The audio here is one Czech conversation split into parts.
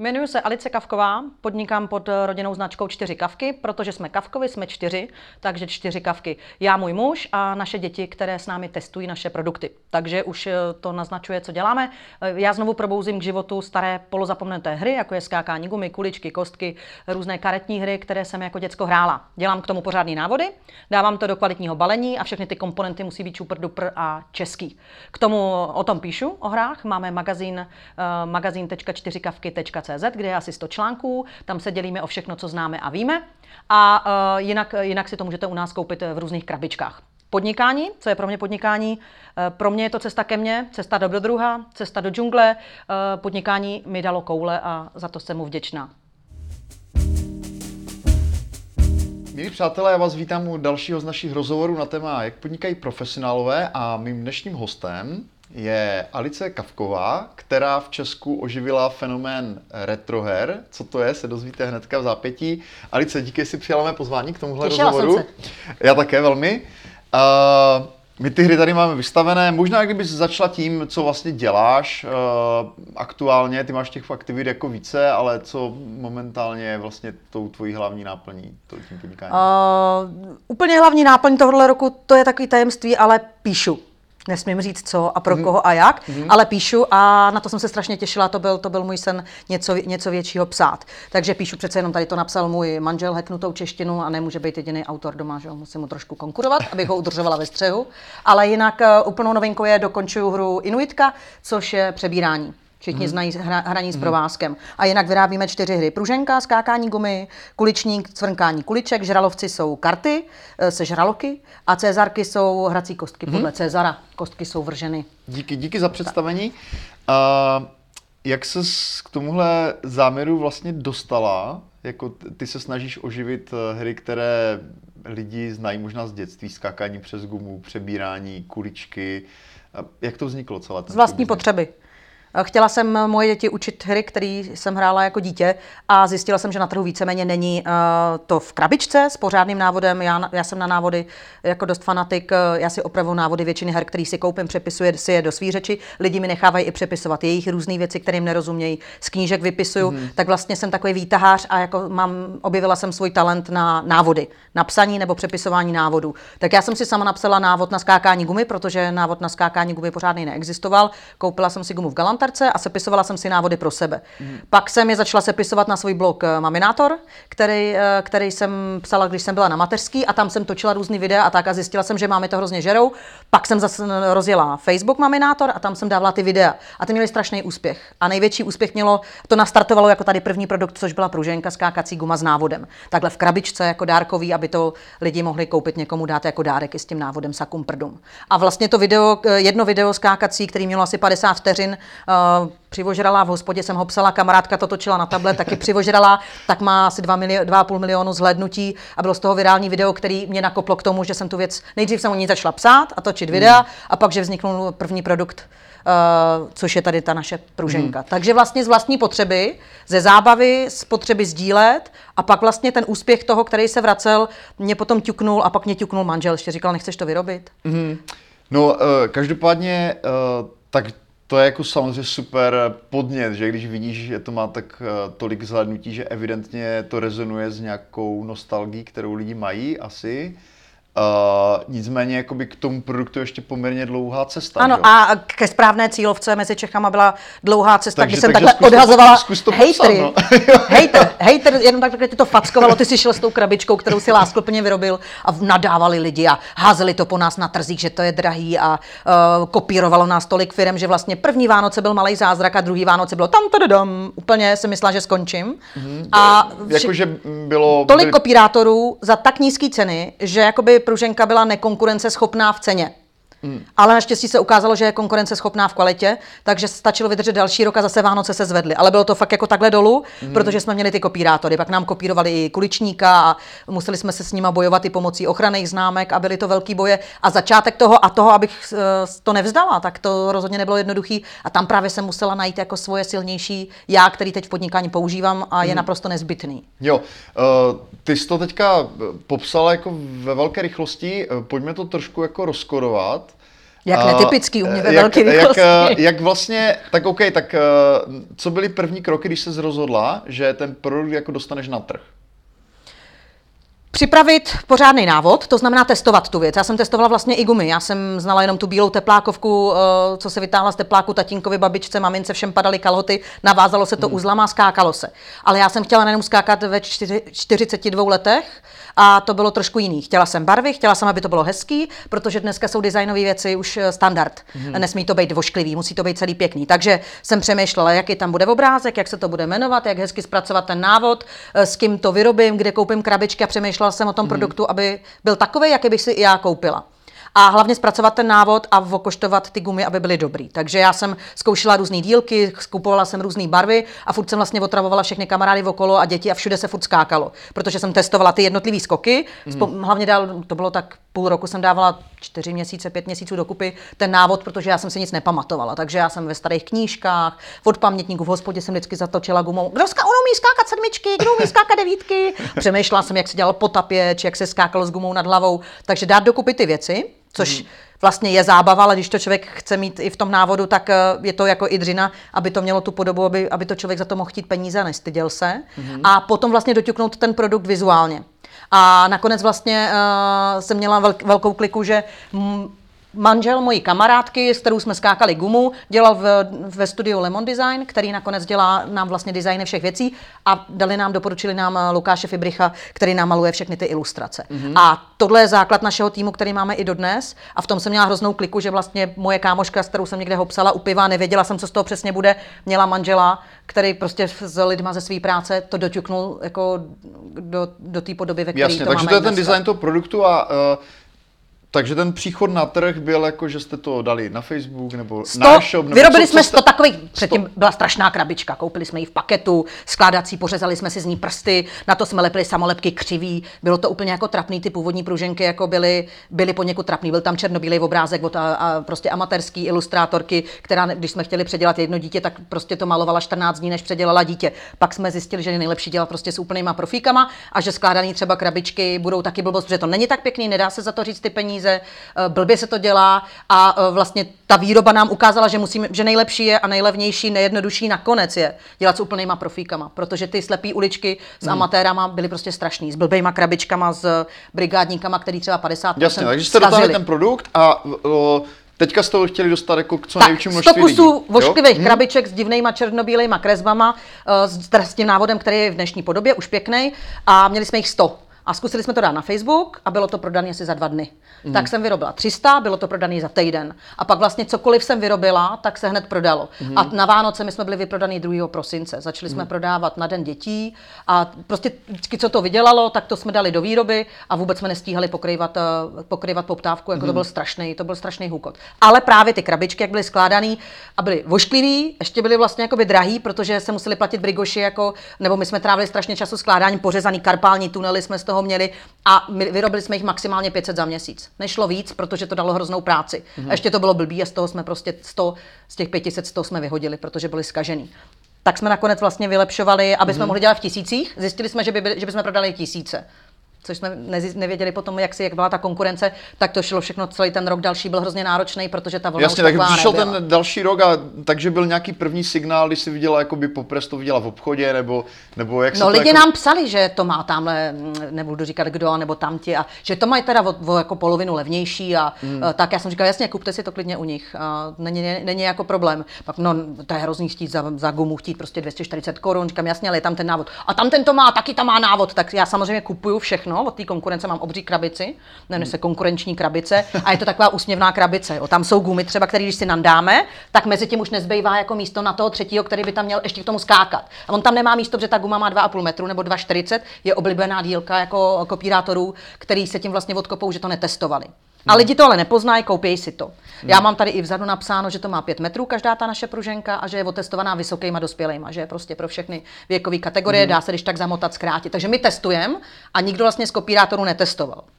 Jmenuji se Alice Kavková, podnikám pod rodinnou značkou 4 kavky, protože jsme kavkovi, jsme 4, takže 4 kavky. Já, můj muž a naše děti, které s námi testují naše produkty. Takže už to naznačuje, co děláme. Já znovu probouzím k životu staré polozapomenuté hry, jako je skákání gumy, kuličky, kostky, různé karetní hry, které jsem jako děcko hrála. Dělám k tomu pořádný návody, dávám to do kvalitního balení a všechny ty komponenty musí být super duper a český. K tomu o tom píšu, o hrách. Máme magazín.4kavky.cz, kde je asi 100 článků, tam se dělíme o všechno, co známe a víme. A jinak si to můžete u nás koupit v různých krabičkách. Podnikání, co je pro mě podnikání? Pro mě je to cesta ke mně, cesta do dobrodruha, cesta do džungle. Podnikání mi dalo koule a za to jsem mu vděčná. Milí přátelé, já vás vítám u dalšího z našich rozhovorů na téma, jak podnikají profesionálové, a mým dnešním hostem je Alice Kavková, která v Česku oživila fenomén retroher. Co to je, se dozvíte hnedka v zápětí. Alice, díky, že jsi přijala mé pozvání k tomuhle rozhovoru. Já také velmi. My ty hry tady máme vystavené. Možná, kdybys začala tím, co vlastně děláš aktuálně. Ty máš těch aktivit jako více, ale co momentálně je vlastně tou tvojí hlavní náplní, tím podnikáním? Úplně hlavní náplň tohohle roku, to je takový tajemství, ale píšu. Nesmím říct co a pro koho a jak, ale píšu a na to jsem se strašně těšila, to byl můj sen něco většího psát. Takže píšu, přece jenom tady to napsal můj manžel, hacknutou češtinu a nemůže být jediný autor doma, že jo, musím mu trošku konkurovat, abych ho udržovala ve střehu. Ale jinak úplnou novinkou je, dokončuju hru Inuitka, což je přebírání. Všichni znají hraní s provázkem. A jinak vyrábíme 4 hry. Pruženka, skákání gumy, kuličník, cvrnkání kuliček, žralovci jsou karty se žraloky a cezarky jsou hrací kostky podle Cezara. Kostky jsou vrženy. Díky za představení. Jak ses k tomuhle záměru vlastně dostala? Jako ty se snažíš oživit hry, které lidi znají možná z dětství, skákání přes gumu, přebírání, kuličky. Jak to vzniklo celé? Z vlastní potřeby. Chtěla jsem moje děti učit hry, které jsem hrála jako dítě a zjistila jsem, že na trhu víceméně není to v krabičce s pořádným návodem. Já jsem na návody jako dost fanatik, já si opravuju návody většiny her, který si koupím, přepisuji si je do svý řeči. Lidi mi nechávají i přepisovat jejich různé věci, kterým nerozumějí, z knížek vypisuju. Tak vlastně jsem takový výtahář a jako objevila jsem svůj talent na návody, na psaní nebo přepisování návodů. Tak já jsem si sama napsala návod na skákání gumy, protože návod na skákání gumy pořádný neexistoval. Koupila jsem si gumu v Galantarce a sepisovala jsem si návody pro sebe. Pak jsem je začala sepisovat na svůj blog Maminátor, který jsem psala, když jsem byla na mateřský, a tam jsem točila různý videa a tak a zjistila jsem, že mámy to hrozně žerou. Pak jsem zase rozjela Facebook Maminátor a tam jsem dávala ty videa. A ty měly strašný úspěch. A největší úspěch to nastartovalo jako tady první produkt, což byla pruženka, skákací guma s návodem. Takhle v krabičce jako dárkový, aby to lidi mohli koupit, někomu dát jako dárek i s tím návodem sakum prdum. A vlastně to jedno video skákací, který mělo asi 50 vteřin, přivožrala, v hospodě jsem ho psala, kamarádka to točila na tablet, taky přivožrala, tak má asi 2,5 milionu zhlédnutí a bylo z toho virální video, který mě nakoplo k tomu, že jsem tu věc, nejdřív jsem o ní začala psát a točit videa a pak, že vzniknul první produkt, což je tady ta naše pruženka. Takže vlastně z vlastní potřeby, ze zábavy, z potřeby sdílet a pak vlastně ten úspěch toho, který se vracel, mě potom ťuknul a pak mě ťuknul manžel, ještě říkal, nechceš to vyrobit? No, každopádně, tak to je jako samozřejmě super podnět, že když vidíš, že to má tak tolik zhlédnutí, že evidentně to rezonuje s nějakou nostalgií, kterou lidi mají asi. Nicméně jakoby k tomu produktu ještě poměrně dlouhá cesta. Ano, že? A ke správné cílovce mezi Čechama byla dlouhá cesta, takže kdy jsem takhle odhazovala hejtry. No. Hejter, jenom takhle ti to fackovalo, ty si šel s tou krabičkou, kterou si láskyplně vyrobil a nadávali lidi a házeli to po nás na trzích, že to je drahý a kopírovalo nás tolik firem, že vlastně první Vánoce byl malej zázrak a druhý Vánoce bylo tam tadadam. Úplně jsem myslela, že skončím. A jakože bylo tolik kopírátorů za tak nízké ceny, že jakoby pruženka byla nekonkurenceschopná v ceně. Ale naštěstí se ukázalo, že je konkurenceschopná v kvalitě, takže stačilo vydržet další rok a zase Vánoce se zvedly. Ale bylo to fakt jako takhle dolů, protože jsme měli ty kopírátory. Pak nám kopírovali i kuličníka a museli jsme se s nima bojovat i pomocí ochranných známek a byly to velký boje. A začátek toho, abych to nevzdala, tak to rozhodně nebylo jednoduchý. A tam právě jsem musela najít jako svoje silnější já, který teď v podnikání používám a je naprosto nezbytný. Jo, ty jsi to teďka popsala jako ve velké rychlosti, pojďme to trošku jako rozkorovat. Jak netypický u mě ve velké rychlosti. Jak vlastně, tak OK, tak co byly první kroky, když se rozhodla, že ten produkt jako dostaneš na trh? Připravit pořádný návod, to znamená testovat tu věc. Já jsem testovala vlastně i gumy. Já jsem znala jenom tu bílou teplákovku, co se vytáhla z tepláku tatínkovi, babičce, mamince, všem padaly kalhoty, navázalo se to uzlama, skákalo se. Ale já jsem chtěla nejenom skákat ve 42 letech, a to bylo trošku jiný. Chtěla jsem barvy, chtěla jsem, aby to bylo hezký, protože dneska jsou designové věci už standard. Nesmí to být vošklivý, musí to být celý pěkný. Takže jsem přemýšlela, jaký tam bude obrázek, jak se to bude jmenovat, jak hezky zpracovat ten návod, s kým to vyrobím, kde koupím krabičky, a přemýšlela jsem o tom produktu, aby byl takový, jaký bych si i já koupila. A hlavně zpracovat ten návod a okoštovat ty gumy, aby byly dobrý. Takže já jsem zkoušela různé dílky, skupovala jsem různé barvy a furt jsem vlastně otravovala všechny kamarády okolo a děti a všude se furt skákalo. Protože jsem testovala ty jednotlivé skoky, hlavně to bylo tak půl roku, jsem dávala 4 měsíce, 5 měsíců dokupy ten návod, protože já jsem si nic nepamatovala. Takže já jsem ve starých knížkách, od pamětníků v hospodě jsem vždycky zatočila gumou. Kdo umí skákat sedmičky, kdo umí skákat devítky? Přemýšlela jsem, jak se dělal potapěč, jak se skákalo s gumou nad hlavou. Takže dát dokupy ty věci, což vlastně je zábava, ale když to člověk chce mít i v tom návodu, tak je to jako i dřina, aby to mělo tu podobu, aby to člověk za to mohl chtít peníze a nestyděl se. A potom vlastně doťuknout ten produkt vizuálně. A nakonec vlastně jsem měla velkou kliku, že manžel mojí kamarádky, s kterou jsme skákali gumu, dělal ve studiu Lemon Design, který nakonec dělá nám vlastně designy všech věcí a doporučili nám Lukáše Fibricha, který nám maluje všechny ty ilustrace. A tohle je základ našeho týmu, který máme i dodnes, a v tom jsem měla hroznou kliku, že vlastně moje kámoška, s kterou jsem někde hopsala u piva, nevěděla jsem, co z toho přesně bude, měla manžela, který prostě s lidma ze své práce to doťuknul jako do té podoby, ve které to máme. Takže to je ten design toho produktu a takže ten příchod na trh byl jako, že jste to dali na Facebook nebo na e-shop? Vyrobili jsme 100 takových, předtím byla strašná krabička, koupili jsme ji v paketu, skládací, pořezali jsme si z ní prsty, na to jsme lepili samolepky křivý, bylo to úplně jako trapný, ty původní pruženky jako byly poněkud trapný, byl tam černobílej obrázek od prostě amatérský ilustrátorky, která, když jsme chtěli předělat jedno dítě, tak prostě to malovala 14 dní, než předělala dítě. Pak jsme zjistili, že je nejlepší dělat prostě s úplnýma profíkama a že skládaný třeba krabičky budou taky blbost, protože to není tak pěkný, nedá se za to říct ty peníze. Blbě se to dělá a vlastně ta výroba nám ukázala, že nejlepší je a nejlevnější, nejjednodušší nakonec je dělat s úplnýma profíkama, protože ty slepý uličky s amatérama byly prostě strašný, s blbejma krabičkama, s brigádníkama, který třeba 50% Jasně, takže jste dotáhli ten produkt a teďka jste ho chtěli dostat jako k co největšímu množství lidí. 100 kusů vošklivých krabiček s divnýma černobílejma kresbama, s tím návodem, který je v dnešní podobě, už pěkný, a měli jsme jich 100. A zkusili jsme to dát na Facebook a bylo to prodané asi za 2 dny. Tak jsem vyrobila 300, bylo to prodané za týden. A pak vlastně cokoliv jsem vyrobila, tak se hned prodalo. A na Vánoce my jsme byli vyprodaný 2. prosince. Začali jsme prodávat na Den dětí a prostě vždycky, co to vydělalo, tak to jsme dali do výroby a vůbec jsme nestíhali pokrývat poptávku, jako to byl strašný hůkot. Ale právě ty krabičky, jak byly skládaný a byly vošklivý, ještě byly vlastně jakoby drahý, protože se museli platit brigoši, nebo my jsme trávili strašně času skládáním, pořezaný karpální tunely jsme z toho měli a vyrobili jsme jich maximálně 500 za měsíc. Nešlo víc, protože to dalo hroznou práci. A ještě to bylo blbý a z toho jsme prostě 100, z těch 500 100 jsme vyhodili, protože byli zkažený. Tak jsme nakonec vlastně vylepšovali, aby jsme mohli dělat v tisících. Zjistili jsme, že bychom prodali tisíce. Což jsme nevěděli potom, jak byla ta konkurence, tak to šlo všechno, celý ten rok další byl hrozně náročný, protože ta vlna Jasně, už tak přišel nebyla. ten další rok a takže byl nějaký první signál, když si viděla, jakoby popres to viděla v obchodě, nebo jak se to lidi jako... nám psali, že to má tamhle, nebudu říkat kdo, nebo tamti, a že to mají teda o jako polovinu levnější a tak já jsem říkala, jasně, kupte si to klidně u nich, není jako problém. Pak to je hrozný chtít za gumu, chtít prostě 240 korun, říkám, jasně, ale je tam ten návod. A tam ten to má, taky tam má návod, tak já samozřejmě kupuju všechno. Od té konkurence mám obří krabici, jmenuje se konkurenční krabice a je to taková úsměvná krabice. Tam jsou gumy třeba, které když si nandáme, tak mezi tím už nezbývá jako místo na toho třetího, který by tam měl ještě k tomu skákat. A on tam nemá místo, protože ta guma má 2,5 metru nebo 2,40, je oblíbená dílka jako kopírátorů, který se tím vlastně odkopou, že to netestovali. A lidi to ale nepoznají, koupějí si to. Já mám tady i vzadu napsáno, že to má 5 metrů každá ta naše pruženka a že je otestovaná vysokýma dospělejma, že je prostě pro všechny věkové kategorie, dá se když tak zamotat, zkrátit. Takže my testujeme a nikdo vlastně z kopírátorů netestoval.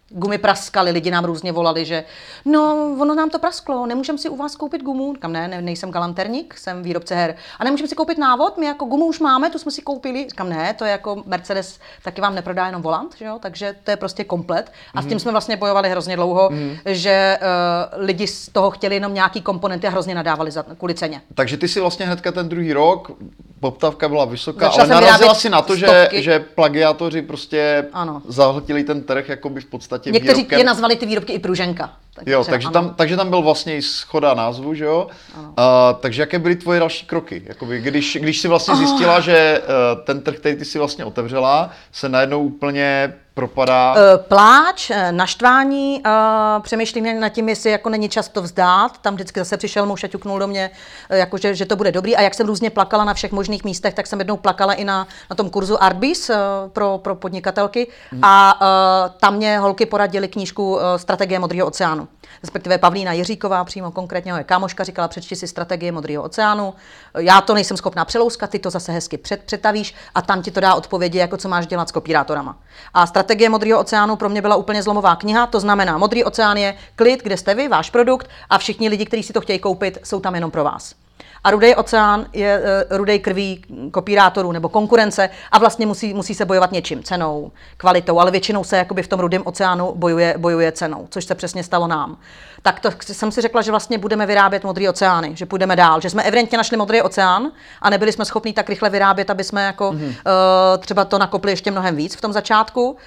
Gumy praskaly, lidi nám různě volali, že no, ono nám to prasklo, nemůžeme si u vás koupit gumu. Říkám, ne, nejsem galanterník, jsem výrobce her. A nemůžeme si koupit návod, my jako gumu už máme, tu jsme si koupili. Říkám, ne, to je jako Mercedes, taky vám neprodá jenom volant, že jo? Takže to je prostě komplet. A s tím jsme vlastně bojovali hrozně dlouho, že lidi z toho chtěli jenom nějaký komponenty a hrozně nadávali kvůli ceně. Takže ty si vlastně hnedka ten druhý rok, poptávka byla vysoká, Začala ale jsem narazila vyrábět si na to, stovky. že plagiátoři prostě Ano. zahltili ten trh jakoby v podstatě Někteří výrobkem. je nazvali ty výrobky i pruženka. Jo, takže tam byl vlastně i shoda názvu, že jo? Takže jaké byly tvoje další kroky? Jakoby, když jsi vlastně zjistila, že ten trh, který ty si vlastně otevřela, se najednou úplně propadá. Pláč, naštvání, přemýšlím nad tím, jestli jako není čas to vzdát. Tam vždycky zase přišel muž a ťuknul do mě, jako že to bude dobrý. A jak jsem různě plakala na všech možných místech, tak jsem jednou plakala i na tom kurzu Artbees pro podnikatelky. A tam mě holky poradily knížku Strategie Modrého oceánu. Respektive Pavlína Jiříková, přímo konkrétně moje kámoška, říkala, přečti si Strategie Modrého oceánu. Já to nejsem schopná přelouskat, ty to zase hezky přetavíš a tam ti to dá odpovědi, jako co máš dělat s kopírátorama. A Strategie Modrého oceánu pro mě byla úplně zlomová kniha, to znamená, Modrý oceán je klid, kde jste vy, váš produkt a všichni lidi, kteří si to chtějí koupit, jsou tam jenom pro vás. A Rudý oceán je rudej krví kopírátorů nebo konkurence a vlastně musí se bojovat něčím, cenou, kvalitou, ale většinou se jakoby v tom Rudém oceánu bojuje cenou, což se přesně stalo nám. Tak to jsem si řekla, že vlastně budeme vyrábět modrý oceány, že půjdeme dál, že jsme evidentně našli modrý oceán a nebyli jsme schopni tak rychle vyrábět, aby jsme jako třeba to nakopli ještě mnohem víc v tom začátku.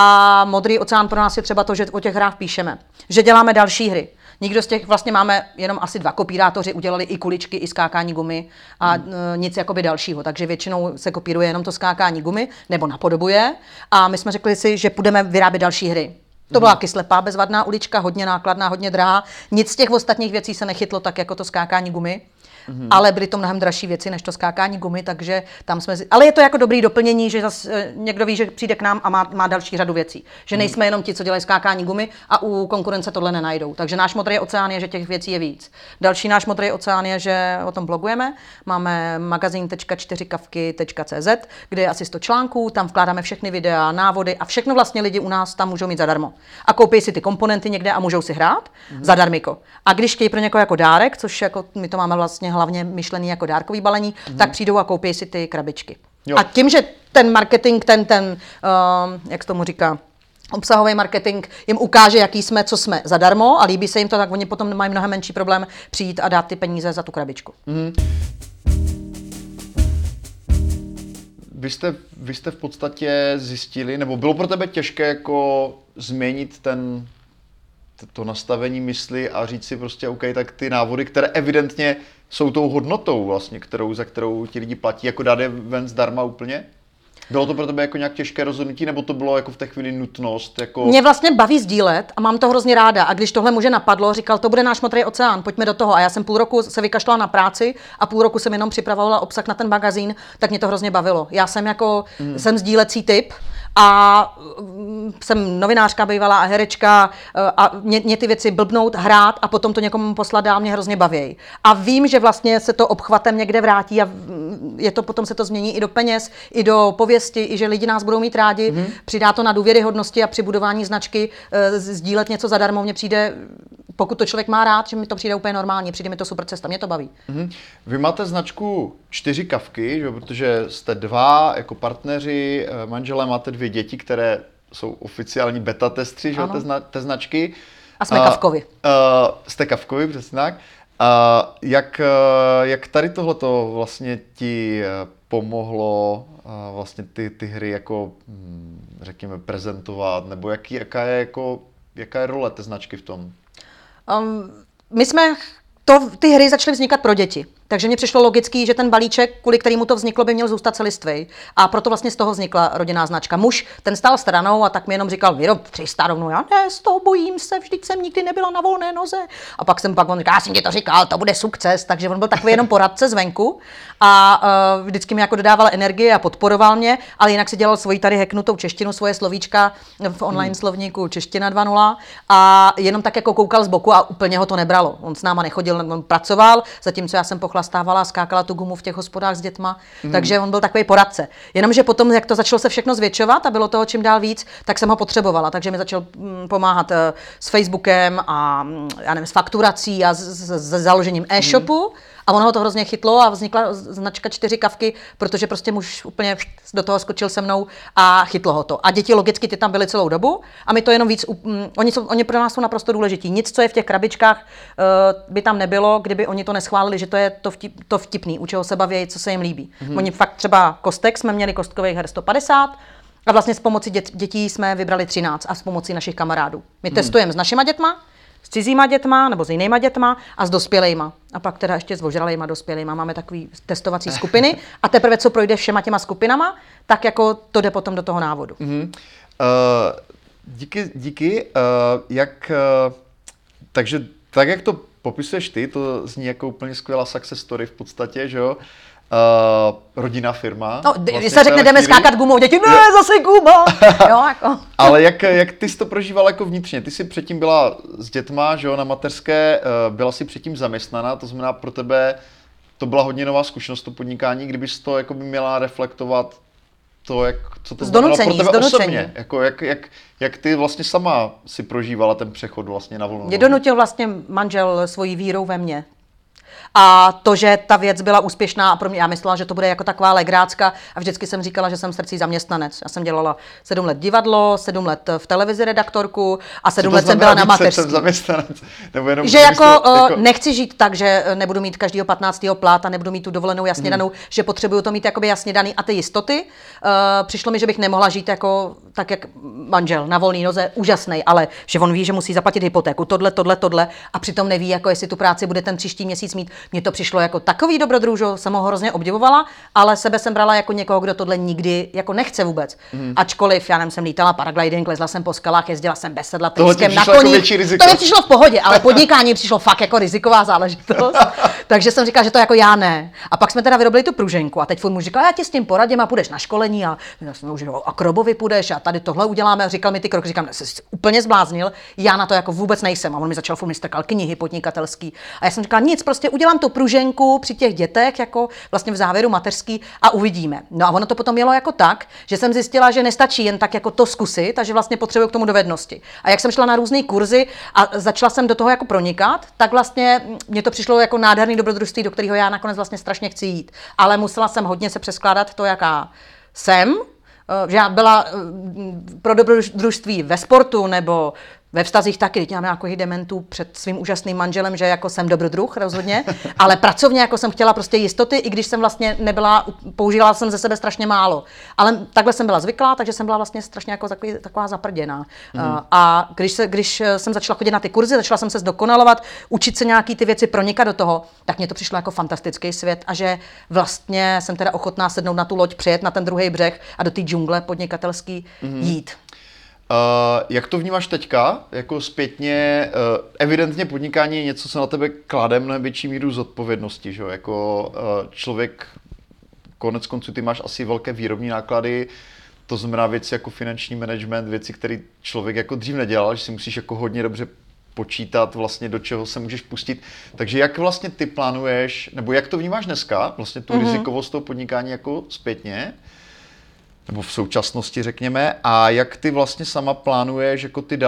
A modrý oceán pro nás je třeba to, že o těch hrách píšeme, že děláme další hry. Nikdo z těch, vlastně máme jenom asi 2 kopírátoři, udělali i kuličky, i skákání gumy a nic jakoby dalšího. Takže většinou se kopíruje jenom to skákání gumy nebo napodobuje. A my jsme řekli si, že půjdeme vyrábět další hry. To byla slepá, bezvadná ulička, hodně nákladná, hodně drahá. Nic z těch ostatních věcí se nechytlo tak jako to skákání gumy. Ale byly to mnohem dražší věci než to skákání gumy, takže tam jsme... Ale je to jako dobrý doplnění, že zase někdo ví, že přijde k nám a má další řadu věcí. Že nejsme jenom ti, co dělají skákání gumy a u konkurence tohle nenajdou. Takže náš modrý oceán je, že těch věcí je víc. Další náš modrý oceán je, že o tom blogujeme. Máme magazín.4kavky.cz, kde je asi 100 článků, tam vkládáme všechny videa, návody a všechno vlastně lidi u nás tam můžou mít zadarmo. A koupí si ty komponenty někde a můžou si hrát zadarmiko. A když chtějí pro někoho jako dárek, což jako my to máme vlastně hlavně myšlený jako dárkový balení, tak přijdou a koupí si ty krabičky. Jo. A tím, že ten marketing, jak se tomu říká, obsahový marketing jim ukáže, jaký jsme, co jsme zadarmo a líbí se jim to, tak oni potom mají mnohem menší problém přijít a dát ty peníze za tu krabičku. Vy jste v podstatě zjistili, nebo bylo pro tebe těžké jako změnit to nastavení mysli a říct si prostě OK, tak ty návody, které evidentně jsou tou hodnotou vlastně, za kterou ti lidi platí, jako dát je ven zdarma úplně? Bylo to pro tebe jako nějak těžké rozhodnutí, nebo to bylo jako v té chvíli nutnost? Jako... Mě vlastně baví sdílet a mám to hrozně ráda. A když tohle muže napadlo, říkal, to bude náš modrý oceán, pojďme do toho. A já jsem půl roku se vykašlala na práci a půl roku jsem jenom připravovala obsah na ten magazín, tak mě to hrozně bavilo. Já jsem jsem sdílecí typ a jsem novinářka bývalá a herečka a mě ty věci blbnout, hrát a potom to někomu poslat dál mě hrozně baví. A vím, že vlastně se to obchvatem někde vrátí a potom se to změní i do peněz, i do pověsti, i že lidi nás budou mít rádi. Přidá to na důvěryhodnosti a při budování značky sdílet něco zadarmo mně přijde, pokud to člověk má rád, že mi to přijde úplně normálně, přijde mi to super cesta, mě to baví. Vy máte značku 4 kavky, že? Protože jste 2 jako partneři, manželé, máte 2 děti, které jsou oficiální beta testři, že? Té značky. A jsme kavkovi. Jste kavkovi, přesně tak. Jak tady tohleto vlastně ti pomohlo vlastně ty hry jako, řekněme, prezentovat, nebo jaká je role té značky v tom? My jsme ty hry začaly vznikat pro děti. Takže mně přišlo logický, že ten balíček, kvůli kterému to vzniklo, by měl zůstat celistvý. A proto vlastně z toho vznikla rodinná značka. Muž, ten stál stranou a tak mi jenom říkal, vyrob 300 rovnou. Já ne, z toho bojím se, vždyť jsem nikdy nebyla na volné noze. A pak on říkal, já jsem ti to říkal, to bude sukces. Takže on byl takový jenom poradce zvenku a vždycky mi jako dodával energii a podporoval mě, ale jinak si dělal svoji tady heknutou češtinu, svoje slovíčka v online slovníku Čeština 2.0 a jenom tak jako koukal z boku a úplně ho to nebralo. On s náma nechodil, on pracoval, zatímco já jsem chlastávala a skákala tu gumu v těch hospodách s dětma, takže on byl takový poradce. Jenomže potom, jak to začalo se všechno zvětšovat a bylo toho čím dál víc, tak jsem ho potřebovala, takže mi začal pomáhat s Facebookem a já nevím, s fakturací a s založením e-shopu. A ono ho to hrozně chytlo a vznikla značka 4 kavky, protože prostě muž úplně do toho skočil se mnou a chytlo ho to. A děti logicky ty tam byly celou dobu a my to jenom víc, oni pro nás jsou naprosto důležití. Nic, co je v těch krabičkách, by tam nebylo, kdyby oni to neschválili, že to je to vtipný, u čeho se baví, co se jim líbí. Oni fakt třeba kostek jsme měli kostkových her 150, a vlastně s pomocí dětí jsme vybrali 13 a s pomocí našich kamarádů. My testujeme s našima dětma, s cizíma dětma nebo s jinýma dětma a s dospělejma. A pak teda ještě s ožralejma dospělejma. Máme takový testovací skupiny a teprve, co projde všema těma skupinama, tak jako to jde potom do toho návodu. Díky. Takže tak, jak to popisuješ ty, to zní jako úplně skvělá success story v podstatě, že jo? Rodinná firma. No, vlastně se řekne, jdeme skákat gumou, děti, ne, zase guma. Jo, jako. Ale jak ty jsi to prožívala jako vnitřně? Ty jsi předtím byla s dětma, že jo, na mateřské, byla si předtím zaměstnaná, to znamená pro tebe to byla hodně nová zkušenost, to podnikání, kdybys to jako by měla reflektovat to, co to znamenalo pro tebe osobně. Jako jak ty vlastně sama si prožívala ten přechod vlastně na volnou. Mě donutil vlastně manžel svojí vírou ve mně. A to, že ta věc byla úspěšná a pro mě, já myslela, že to bude jako taková legrácka a vždycky jsem říkala, že jsem srdcí zaměstnanec. Já jsem dělala 7 let divadlo, 7 let v televizi redaktorku a 7 let jsem byla na mateřské. Nebo jenom že jako nechci žít tak, že nebudu mít každýho 15. plat a nebudu mít tu dovolenou jasně danou, že potřebuju to mít jakoby jasně daný a ty jistoty. Přišlo mi, že bych nemohla žít jako tak, jak manžel na volný noze, úžasnej, ale že on ví, že musí zaplatit hypotéku, tohle a přitom neví, jako jestli tu práci bude ten příští měsíc mít. Mně to přišlo jako takový dobrodružo, jsem ho hrozně obdivovala, ale sebe jsem brala jako někoho, kdo tohle nikdy jako nechce vůbec. Ačkoliv, já nevím, jsem lítala paragliding, lezla jsem po skalách, jezdila jsem bez sedla, tryskem na koních. To mi přišlo v pohodě, ale podnikání přišlo fakt jako riziková záležitost. Takže jsem říkala, že to jako já ne. A pak jsme teda vyrobili tu pruženku a teď furt mu říkal, já ti s tím poradím a půjdeš na školení a akrobovi půjdeš a tady tohle uděláme. A říkal mi ty kroky, říkám, jsi úplně zbláznil, já na to jako vůbec nejsem. A on mi začal furt strkal knihy podnikatelský. A já jsem říkala, nic, prostě udělám tu pruženku při těch dětech, jako vlastně v závěru mateřský a uvidíme. No a ono to potom jelo jako tak, že jsem zjistila, že nestačí jen tak jako to zkusit, takže vlastně potřebuju k tomu dovednosti. A jak jsem šla na různé kurzy a začala jsem do toho jako pronikat, tak vlastně mně to přišlo jako nádherný dobrodružství, do kterého já nakonec vlastně strašně chci jít. Ale musela jsem hodně se přeskládat to, jaká jsem, že já byla pro dobrodružství ve sportu nebo ve vztazích taky, teď mám nějakých dementů před svým úžasným manželem, že jako jsem dobrodruh rozhodně, ale pracovně jako jsem chtěla prostě jistoty, i když jsem vlastně používala jsem ze sebe strašně málo. Ale takhle jsem byla zvyklá, takže jsem byla vlastně strašně jako taková zaprděná. A když jsem začala chodit na ty kurzy, začala jsem se zdokonalovat, učit se nějaký ty věci, pronikat do toho, tak mě to přišlo jako fantastický svět a že vlastně jsem teda ochotná sednout na tu loď, přijet na ten druhý břeh a do té džungle podnikatelský jít. Jak to vnímáš teďka, jako zpětně, evidentně podnikání je něco, co na tebe klade mnohem větší míru zodpovědnosti, že? Jako člověk, konec konců ty máš asi velké výrobní náklady, to znamená věci jako finanční management, věci, které člověk jako dřív nedělal, že si musíš jako hodně dobře počítat vlastně, do čeho se můžeš pustit. Takže jak vlastně ty plánuješ, nebo jak to vnímáš dneska, vlastně tu rizikovost toho podnikání jako zpětně, nebo v současnosti řekněme, a jak ty vlastně sama plánuješ jako ty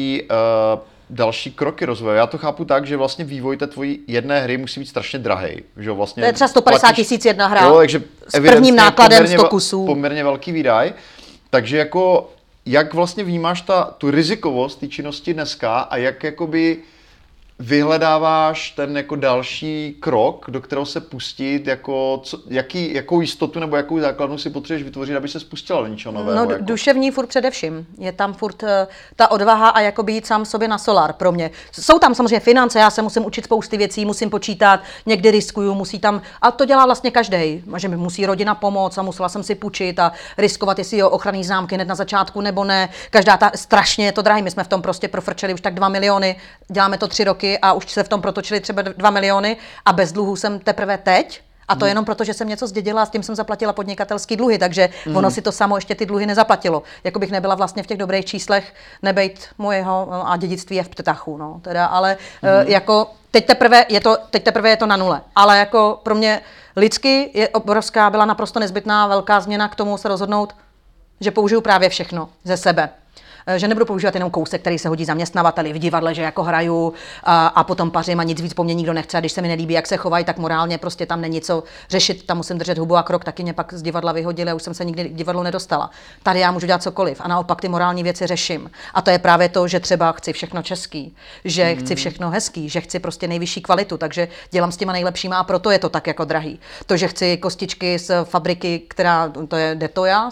další kroky rozvoje. Já to chápu tak, že vlastně vývoj té tvojí jedné hry musí být strašně drahý. Že vlastně to je třeba 150 000 jedna hra, jo, takže s prvním nákladem 100 kusů. Poměrně velký výdaj. Takže jako, jak vlastně vnímáš tu rizikovost té činnosti dneska a jak jakoby vyhledáváš ten jako další krok, do kterého se pustit, jako jakou jistotu nebo jakou základnu si potřebuješ vytvořit, aby se spustila do něčeho nového? No, duševní furt především. Je tam furt ta odvaha a jako být sám sobě na solár pro mě. Jsou tam samozřejmě finance, já se musím učit spousty věcí, musím počítat, někdy riskuju, musí tam, a to dělá vlastně každej, že mi musí rodina pomoct a musela jsem si půjčit a riskovat, jestli jo, ochranný známky hned na začátku nebo ne. Každá strašně je to drahý, my jsme v tom prostě profrčeli už tak 2 miliony, děláme to 3 roky a už se v tom protočili třeba 2 miliony a bez dluhů jsem teprve teď A to jenom proto, že jsem něco zdědila a s tím jsem zaplatila podnikatelský dluhy, takže ono si to samo ještě ty dluhy nezaplatilo. Jako bych nebyla vlastně v těch dobrých číslech, nebejt mojeho a dědictví je v ptachu, no, teda, ale jako teď teprve je to na nule, ale jako pro mě lidsky je obrovská, byla naprosto nezbytná velká změna k tomu se rozhodnout, že použiju právě všechno ze sebe. Že nebudu používat jenom kousek, který se hodí zaměstnavateli v divadle, že jako hraju a potom pařím a nic víc po mně nikdo nechce. A když se mi nelíbí, jak se chovají, tak morálně prostě tam není co řešit, tam musím držet hubu a krok, taky mě pak z divadla vyhodili a už jsem se nikdy k divadlu nedostala. Tady já můžu dělat cokoliv a naopak ty morální věci řeším. A to je právě to, že třeba chci všechno český, že chci všechno hezký, že chci prostě nejvyšší kvalitu, takže dělám s těma nejlepšíma a proto je to tak jako drahý. To, že chci kostičky z fabriky, která to je Detoja,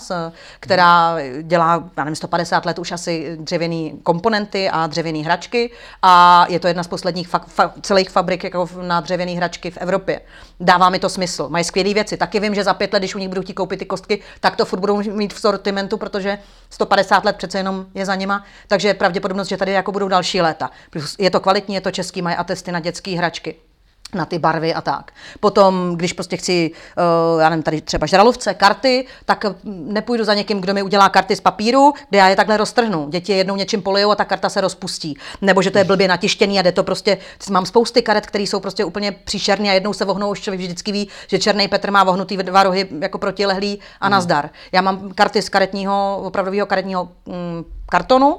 která dělá, já nevím, 150 let už asi dřevěný komponenty a dřevěný hračky a je to jedna z posledních celých fabrik jako na dřevěný hračky v Evropě. Dává mi to smysl. Mají skvělé věci. Taky vím, že za 5 let, když u nich budu chtít koupit ty kostky, tak to furt budou mít v sortimentu, protože 150 let přece jenom je za nima, takže je pravděpodobnost, že tady jako budou další léta. Je to kvalitní, je to český, mají atesty na dětské hračky, na ty barvy a tak. Potom, když prostě chci, já nevím, tady třeba žralovce, karty, tak nepůjdu za někým, kdo mi udělá karty z papíru, kde já je takhle roztrhnu. Děti jednou něčím polejou a ta karta se rozpustí. Nebo že to je blbě natištěný a jde to prostě, mám spousty karet, které jsou prostě úplně příšerné a jednou se vohnou, už člověk vždycky ví, že černý Petr má vohnutý 2 rohy jako protilehlý a nazdar. Já mám karty z karetního, opravdového karetního kartonu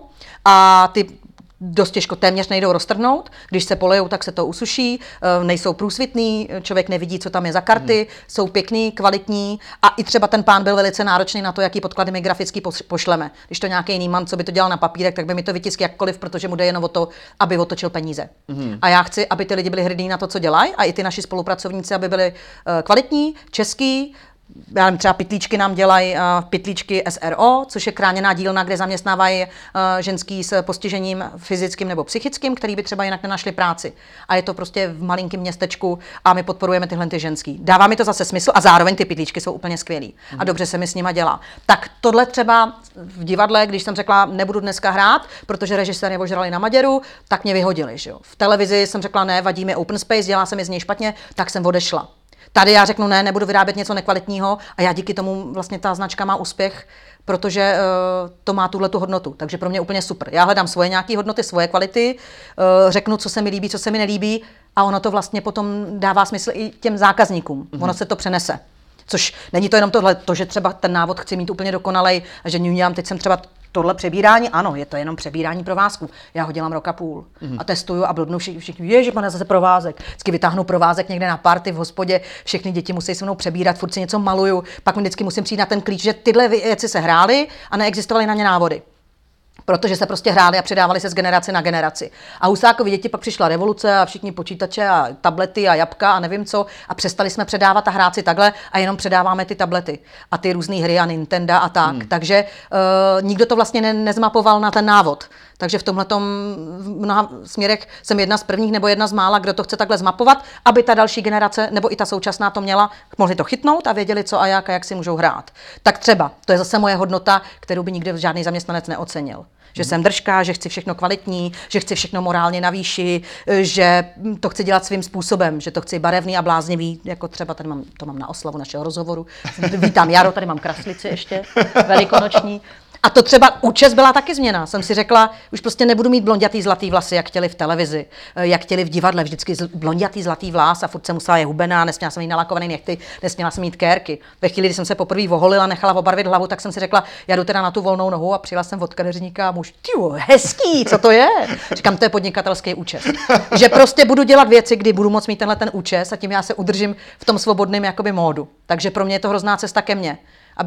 a ty dost těžko, téměř nejdou roztrhnout, když se polejou, tak se to usuší, nejsou průsvitný, člověk nevidí, co tam je za karty, jsou pěkný, kvalitní a i třeba ten pán byl velice náročný na to, jaký podklady my graficky pošleme. Když to nějaký jiný man, co by to dělal na papírek, tak by mi to vytiskl jakkoliv, protože mu jde jenom o to, aby otočil peníze. A já chci, aby ty lidi byli hrdí na to, co dělají a i ty naši spolupracovníci, aby byli kvalitní, český. Já nevím, třeba pytlíčky nám dělají pytlíčky SRO, což je chráněná dílna, kde zaměstnávají ženský s postižením fyzickým nebo psychickým, který by třeba jinak nenašli práci. A je to prostě v malinkém městečku a my podporujeme tyhle ty ženský. Dává mi to zase smysl a zároveň ty pytlíčky jsou úplně skvělý. A dobře se mi s nima dělá. Tak tohle třeba v divadle, když jsem řekla, nebudu dneska hrát, protože režisér je ožrali na Maděru, tak mě vyhodili. Že jo? V televizi jsem řekla, ne, vadí mi open space, dělá se mi z něj špatně, tak jsem odešla. Tady já řeknu ne, nebudu vyrábět něco nekvalitního a já díky tomu vlastně ta značka má úspěch, protože to má tuhletu hodnotu. Takže pro mě úplně super. Já hledám svoje nějaké hodnoty, svoje kvality, řeknu, co se mi líbí, co se mi nelíbí a ono to vlastně potom dává smysl i těm zákazníkům. Ono se to přenese. Což není to jenom tohle, to, že třeba ten návod chci mít úplně dokonalej a že dělám, teď jsem třeba tohle přebírání, ano, je to jenom přebírání provázku. Já ho dělám 1,5 roku a testuju a blbnu všichni, ježišmane, zase provázek. Vždycky vytáhnu provázek někde na party v hospodě, všechny děti musí se mnou přebírat, furt si něco maluju, pak mi vždycky musím přijít na ten klíč, že tyhle věci se hrály a neexistovaly na ně návody. Protože se prostě hráli a předávali se z generace na generaci. A Husákovi děti pak přišla revoluce a všichni počítače a tablety a jabka a nevím co a přestali jsme předávat a hrát si takhle a jenom předáváme ty tablety a ty různé hry a Nintendo a tak. Takže nikdo to vlastně nezmapoval na ten návod. Takže v tomhletom v mnoha směrech jsem jedna z prvních nebo jedna z mála, kdo to chce takhle zmapovat, aby ta další generace nebo i ta současná to měla, mohli to chytnout a věděli, co a jak si můžou hrát. Tak třeba, to je zase moje hodnota, kterou by nikdy žádný zaměstnanec neocenil. Že jsem držka, že chci všechno kvalitní, že chci všechno morálně na výši, že to chci dělat svým způsobem, že to chci barevný a bláznivý, jako třeba tady to mám na oslavu našeho rozhovoru. Vítám Jaro, tady mám kraslici ještě, velikonoční. A to třeba účes byla taky změna. Jsem si řekla, už prostě nebudu mít blondětý zlatý vlasy, jak chtěli v televizi, jak chtěli v divadle, vždycky blondětý zlatý vlas a furt jsem musela je hubená, nesměla jsem mít nalakovaný nechty, nesměla jsem mít kérky. Ve chvíli, kdy jsem se poprvé oholila, nechala obarvit hlavu, tak jsem si řekla, já jdu teda na tu volnou nohu a přijela jsem od kadeřníka a muž, hezký, co to je? Říkám, to je podnikatelský účes. Že prostě budu dělat věci, kdy budu moct mít tenhle ten účes a tím já se udržím v tom svobodném jakoby módu. Takže pro mě je to hrozná cesta ke mně.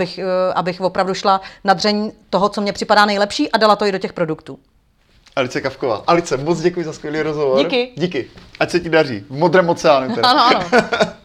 Abych opravdu šla na dřeň toho, co mně připadá nejlepší a dala to i do těch produktů. Alice Kavková. Alice, moc děkuji za skvělý rozhovor. Díky. Díky. Ať se ti daří. V modrém oceánu teda. Ano.